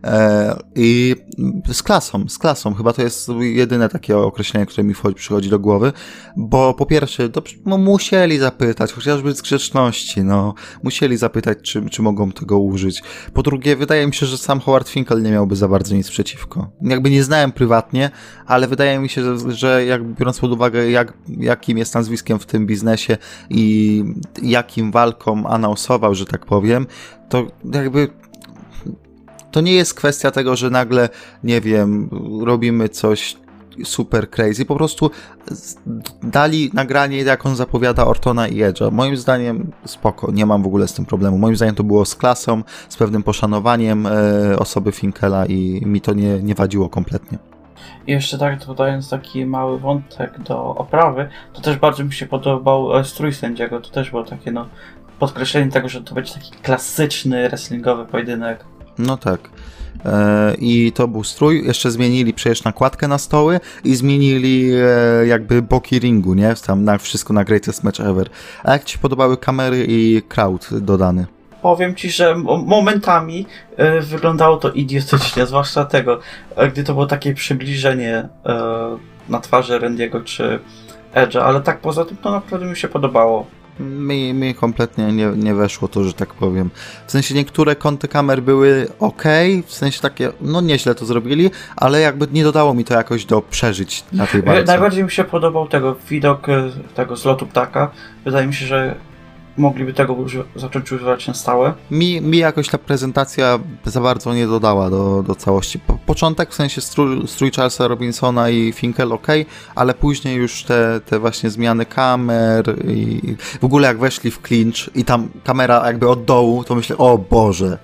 I z klasą. Chyba to jest jedyne takie określenie, które mi przychodzi do głowy. Bo po pierwsze, musieli zapytać, chociażby z grzeczności, musieli zapytać, czy mogą tego użyć. Po drugie, wydaje mi się, że sam Howard Finkel nie miałby za bardzo nic przeciwko. Jakby nie znałem prywatnie, ale wydaje mi się, że biorąc pod uwagę, jakim jest nazwiskiem w tym biznesie i jakim walkom anonsował, że tak powiem, to jakby to nie jest kwestia tego, że nagle, nie wiem, robimy coś super crazy, po prostu dali nagranie, jak on zapowiada Ortona i Edge'a. Moim zdaniem spoko, nie mam w ogóle z tym problemu. Moim zdaniem to było z klasą, z pewnym poszanowaniem osoby Finkela i mi to nie wadziło kompletnie. I jeszcze tak dodając taki mały wątek do oprawy, to też bardzo mi się podobał strój sędziego. To też było takie podkreślenie tego, że to będzie taki klasyczny wrestlingowy pojedynek. No tak. I to był strój. Jeszcze zmienili przecież nakładkę na stoły i zmienili jakby boki ringu, nie? Tam wszystko na Greatest Match Ever. A jak ci się podobały kamery i crowd dodany? Powiem ci, że momentami wyglądało to idiotycznie, zwłaszcza tego, gdy to było takie przybliżenie na twarzy Randy'ego czy Edge'a, ale tak poza tym to naprawdę mi się podobało. Mi kompletnie nie weszło to, że tak powiem. W sensie niektóre kąty kamer były okej, w sensie takie, nieźle to zrobili, ale jakby nie dodało mi to jakoś do przeżyć na tej walce. Najbardziej mi się podobał widok tego zlotu ptaka. Wydaje mi się, że mogliby tego zacząć używać na stałe. Mi jakoś ta prezentacja za bardzo nie dodała do całości. Początek, w sensie strój Charlesa Robinsona i Finkel ale później już te właśnie zmiany kamer i w ogóle jak weszli w clinch i tam kamera jakby od dołu, to myślę, o Boże.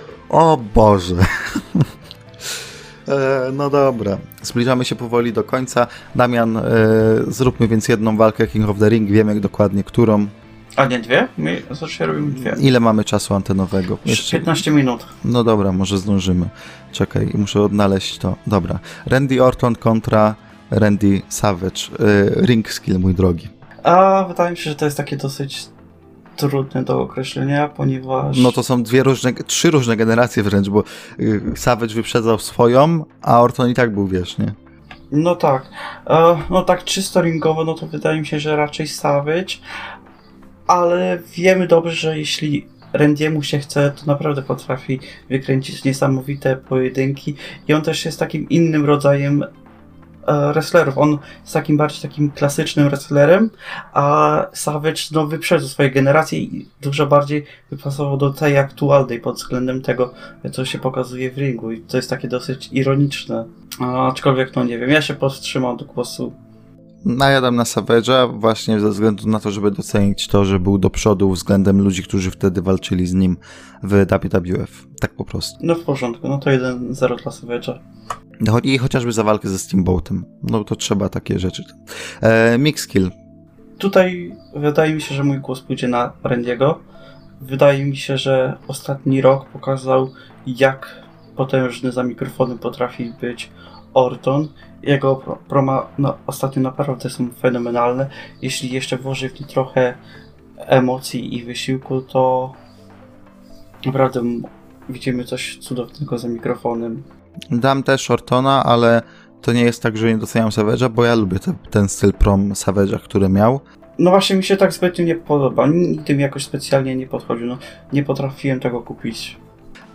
No dobra, zbliżamy się powoli do końca. Damian, zróbmy więc jedną walkę King of the Ring, wiemy dokładnie którą. A nie dwie? My zawsze robimy dwie. Ile mamy czasu antenowego? Jeszcze 15 minut. No dobra, może zdążymy. Czekaj, muszę odnaleźć to. Dobra. Randy Orton kontra Randy Savage. Ring skill, mój drogi. A wydaje mi się, że to jest takie dosyć trudne do określenia, ponieważ... No to są trzy różne generacje wręcz, bo Savage wyprzedzał swoją, a Orton i tak był, wiesz, nie? No tak. Tak czysto ringowo, to wydaje mi się, że raczej Savage, ale wiemy dobrze, że jeśli Randy'emu się chce, to naprawdę potrafi wykręcić niesamowite pojedynki i on też jest takim innym rodzajem wrestlerów. On jest takim klasycznym wrestlerem, a Savage wyprzedzał swoje generacje i dużo bardziej wypasował do tej aktualnej pod względem tego, co się pokazuje w ringu i to jest takie dosyć ironiczne. Aczkolwiek nie wiem, ja się powstrzymam do głosu. Najadam na Savage'a właśnie ze względu na to, żeby docenić to, że był do przodu względem ludzi, którzy wtedy walczyli z nim w WWF. Tak po prostu. No w porządku, to 1-0 dla Savage'a. I chociażby za walkę ze Steamboatem. To trzeba takie rzeczy. Mix kill. Tutaj wydaje mi się, że mój głos pójdzie na Randy'ego. Wydaje mi się, że ostatni rok pokazał, jak potężny za mikrofonem potrafi być Orton. Jego promo ostatnio naprawdę są fenomenalne. Jeśli jeszcze włoży w nie trochę emocji i wysiłku, to naprawdę widzimy coś cudownego za mikrofonem. Dam też Ortona, ale to nie jest tak, że nie doceniam Savage'a, bo ja lubię ten styl prom Savage'a, który miał. No właśnie mi się tak zbytnio nie podoba. Nigdy mi jakoś specjalnie nie podchodził. Nie potrafiłem tego kupić.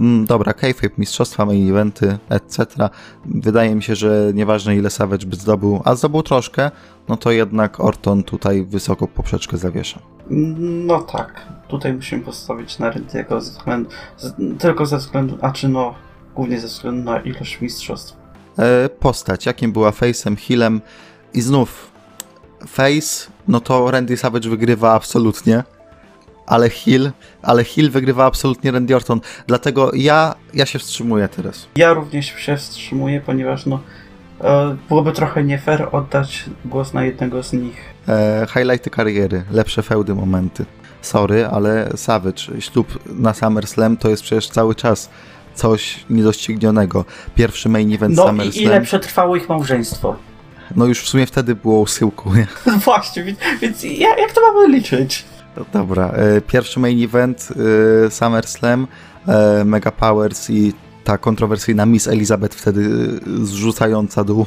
Dobra, kayfabe, mistrzostwa, main eventy, etc. Wydaje mi się, że nieważne ile Savage by zdobył, a zdobył troszkę, no to jednak Orton tutaj wysoko poprzeczkę zawiesza. No tak, tutaj musimy postawić na Randy'ego tylko ze względu, głównie ze względu na ilość mistrzostw. Postać, jakim była face'em, healem i znów face, no to Randy Savage wygrywa absolutnie, ale heal wygrywa absolutnie Randy Orton, dlatego ja się wstrzymuję teraz. Ja również się wstrzymuję, ponieważ byłoby trochę nie fair oddać głos na jednego z nich. Highlighty kariery, lepsze feudy, momenty. Sorry, ale Savage, ślub na SummerSlam to jest przecież cały czas coś niedoścignionego. Pierwszy main event SummerSlam. No i ile przetrwało ich małżeństwo? No już w sumie wtedy było u schyłku, nie? Właśnie, więc jak to mamy liczyć? No dobra, pierwszy main event SummerSlam, Mega Powers i ta kontrowersyjna Miss Elizabeth wtedy zrzucająca dół.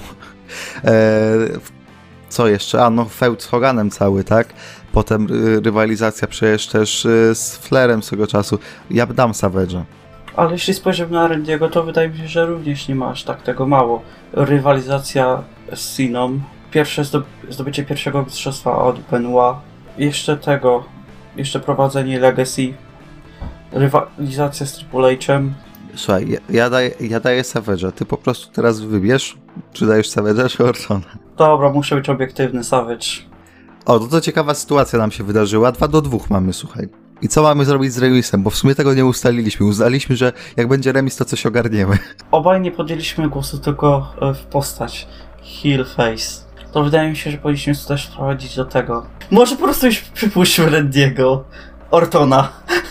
Co jeszcze? Feud z Hoganem cały, tak? Potem rywalizacja przecież też z Flairem swego czasu. Ja dam Savage'a. Ale jeśli spojrzymy na Randy'ego, to wydaje mi się, że również nie ma aż tak tego mało. Rywalizacja z Ceną, zdobycie pierwszego mistrzostwa od Benoit, jeszcze prowadzenie Legacy, rywalizacja z Triple H'em. Słuchaj, ja daję Savage'a. Ty po prostu teraz wybierz, czy dajesz Savage'a, czy Ortona. Dobra, muszę być obiektywny, Savage. To ciekawa sytuacja nam się wydarzyła. 2-2 mamy, słuchaj. I co mamy zrobić z remisem? Bo w sumie tego nie ustaliliśmy. Uznaliśmy, że jak będzie remis, to coś ogarniemy. Obaj nie podjęliśmy głosu tylko w postać heel face. To wydaje mi się, że powinniśmy to też wprowadzić do tego. Może po prostu już przypuśćmy Randy'ego, Ortona.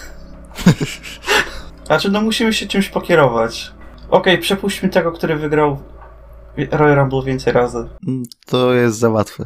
Musimy się czymś pokierować. Okej, przepuśćmy tego, który wygrał Royal Rumble więcej razy. To jest za łatwe.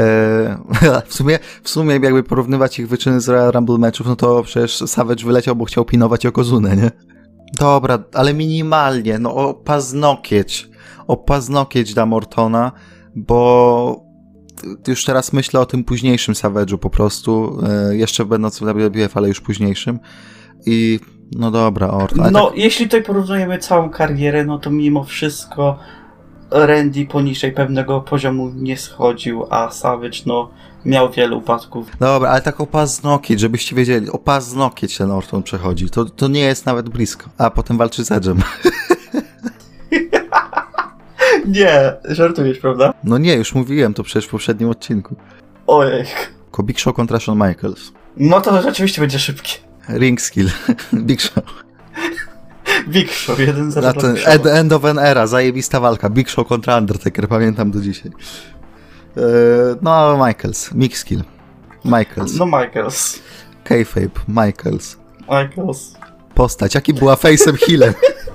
W sumie jakby porównywać ich wyczyny z Royal Rumble meczów, no to przecież Savage wyleciał, bo chciał pinować Yokozunę, nie? Dobra, ale minimalnie, o paznokieć dam Ortona, bo już teraz myślę o tym późniejszym Savage'u po prostu, jeszcze będąc w WWF, ale już późniejszym i no dobra, Orton. Jeśli tutaj porównujemy całą karierę, no to mimo wszystko Randy poniżej pewnego poziomu nie schodził, a Savage miał wiele upadków. Dobra, ale tak o paznokieć, żebyście wiedzieli, o paznokieć ten Orton przechodzi, to nie jest nawet blisko, a potem walczy z Edge'em. Nie, żartujesz, prawda? No nie, już mówiłem to przecież w poprzednim odcinku. Ojej. Big Show kontra Shawn Michaels. No to rzeczywiście będzie szybkie. Ring skill. Big Show. Big Show, 1-0 End of an era, zajebista walka. Big Show kontra Undertaker, pamiętam do dzisiaj. Michaels. Mix skill. Michaels. Michaels. Kayfabe. Michaels. Postać. Jaki była face'em healem?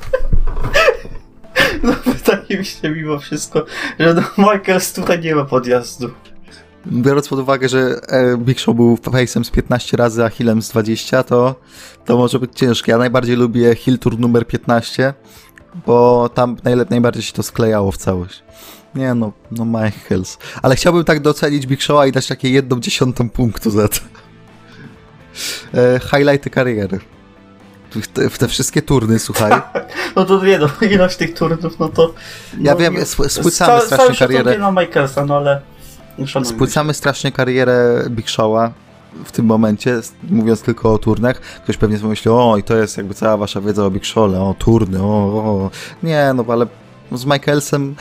Wydaje mi się mimo wszystko, że Michaels tutaj nie ma podjazdu. Biorąc pod uwagę, że Big Show był face'em z 15 razy, a healem z 20, to może być ciężkie. Ja najbardziej lubię heel tour numer 15, bo tam najbardziej się to sklejało w całość. Nie Michaels. Ale chciałbym tak docenić Big Show'a i dać takie 1/10 punktu za to. Highlighty kariery. W te wszystkie turny, słuchaj. Ilość tych turnów, ja wiem, spłycamy strasznie karierę. Michaelsa, ale... Spłycamy strasznie karierę Big Show'a w tym momencie, mówiąc tylko o turnach. Ktoś pewnie sobie myśli, i to jest jakby cała wasza wiedza o Big Show'le, turny, Nie, ale z Michaelsem,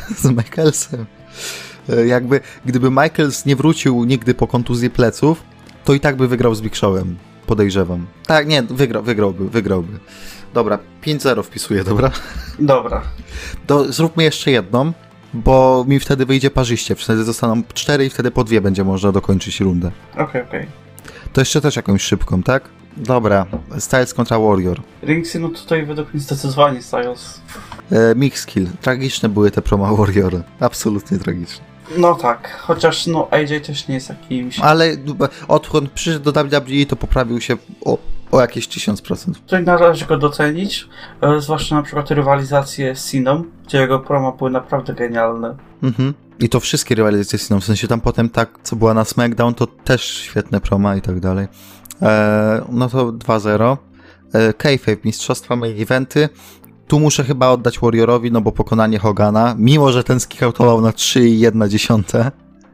jakby gdyby Michaels nie wrócił nigdy po kontuzji pleców, to i tak by wygrał z Big Show'em, podejrzewam. Tak, nie, wygrałby. Dobra, 5-0 wpisuję, dobra? Dobra. To zróbmy jeszcze jedną, bo mi wtedy wyjdzie parzyście. Wtedy zostaną 4 i wtedy po 2 będzie można dokończyć rundę. Okej. To jeszcze też jakąś szybką, tak? Dobra, Styles kontra Warrior. Ringsy, tutaj według mnie zdecydowanie Styles. Mix skill. Tragiczne były te promo Warriory. Absolutnie tragiczne. No tak, chociaż AJ też nie jest jakimś... Ale odkąd przyszedł do WWE, to poprawił się o jakieś 1000%. Tutaj należy go docenić, zwłaszcza na przykład rywalizację z Ceną, gdzie jego promo były naprawdę genialne. I to wszystkie rywalizacje z Ceną, w sensie tam potem co była na SmackDown, to też świetne promo i tak dalej. To 2-0. Kayfabe, mistrzostwa main eventy. Tu muszę chyba oddać Warriorowi, no bo pokonanie Hogana, mimo że ten skikautował na 3,1.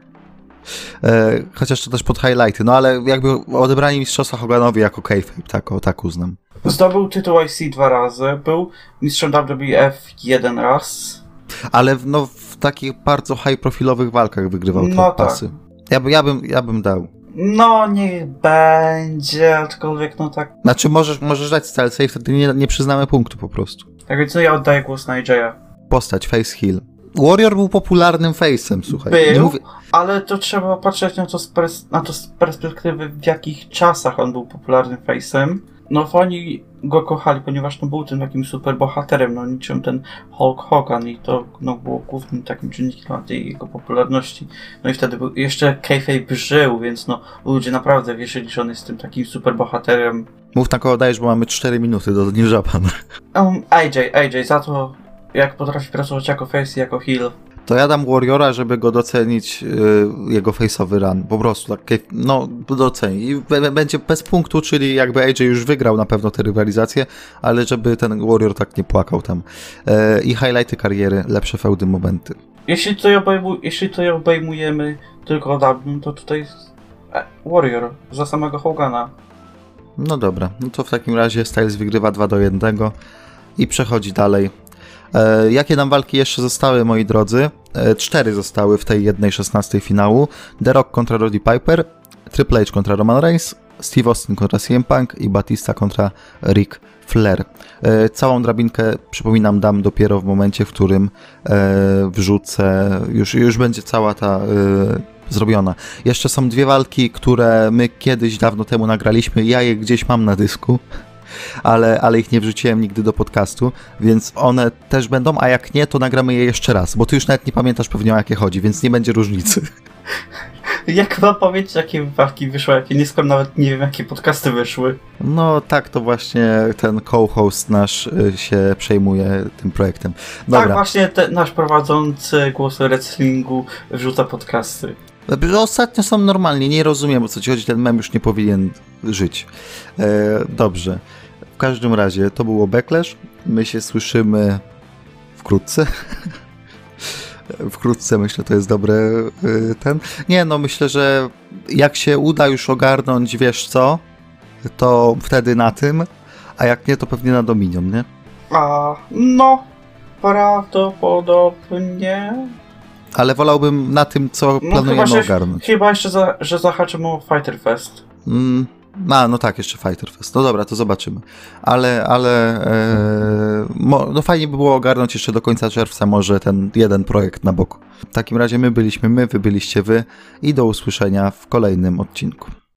Chociaż to też pod highlighty, no ale jakby odebranie mistrzostwa Hoganowi jako Kayfabe, tak uznam. Zdobył tytuł IC 2 razy, był mistrzem WWF 1 raz. Ale w takich bardzo high-profilowych walkach wygrywał te pasy. Tak. Ja bym dał. No niech będzie, aczkolwiek no tak... Znaczy możesz dać Stylesa i wtedy nie przyznamy punktu po prostu. Tak więc no ja oddaję głos na AJ'a. Postać, face heel. Warrior był popularnym face'em, słuchaj. Był, ale to trzeba patrzeć na to z perspektywy, w jakich czasach on był popularnym face'em. No fani go kochali, ponieważ no, był tym takim super bohaterem, no niczym ten Hulk Hogan i to no, było głównym takim czynnikiem tej jego popularności. No i wtedy był, jeszcze Kayfabe żył, więc no ludzie naprawdę wierzyli, że on jest tym takim super bohaterem. Mów na kogo dajesz, bo mamy 4 minuty do New Japan. AJ, za to jak potrafi pracować jako face i jako heel. To ja dam Warriora, żeby go docenić, jego face'owy run. Po prostu tak, no doceni. I będzie bez punktu, czyli jakby AJ już wygrał na pewno tę rywalizację, ale żeby ten Warrior tak nie płakał tam. I highlighty kariery, lepsze feudy, momenty. Jeśli tutaj obejmujemy tylko Dublin, to tutaj Warrior za samego Hogana. No dobra, no to w takim razie Styles wygrywa 2-1 i przechodzi dalej. Jakie nam walki jeszcze zostały, moi drodzy? 4 zostały w tej 1/16 finału. The Rock kontra Roddy Piper, Triple H kontra Roman Reigns, Steve Austin kontra CM Punk i Batista kontra Ric Flair. Całą drabinkę, przypominam, dam dopiero w momencie, w którym wrzucę, już będzie cała ta zrobiona. Jeszcze są 2 walki, które my kiedyś dawno temu nagraliśmy, ja je gdzieś mam na dysku. Ale ich nie wrzuciłem nigdy do podcastu, więc one też będą, a jak nie, to nagramy je jeszcze raz, bo ty już nawet nie pamiętasz pewnie o jakie chodzi, więc nie będzie różnicy. Jak mam powiedzieć, jakie walki wyszły, jakie nie, skoro nawet nie wiem, jakie podcasty wyszły. No tak, to właśnie ten co-host nasz się przejmuje tym projektem. Dobra. Tak, właśnie nasz prowadzący Głosy Wrestlingu wrzuca podcasty. Ostatnio są normalnie, nie rozumiem, o co ci chodzi, ten mem już nie powinien żyć. Dobrze. W każdym razie to było Backlash. My się słyszymy wkrótce. Wkrótce, myślę, to jest dobre Nie, no myślę, że jak się uda już ogarnąć, wiesz co, to wtedy na tym, a jak nie, to pewnie na Dominion, nie? No, prawdopodobnie. Ale wolałbym na tym, co planujemy ogarnąć. Chyba jeszcze, że zahaczymy o Fighter Fest. No tak, jeszcze Fighter Fest. No dobra, to zobaczymy. No fajnie by było ogarnąć jeszcze do końca czerwca może ten jeden projekt na boku. W takim razie my byliśmy my, wy byliście wy i do usłyszenia w kolejnym odcinku.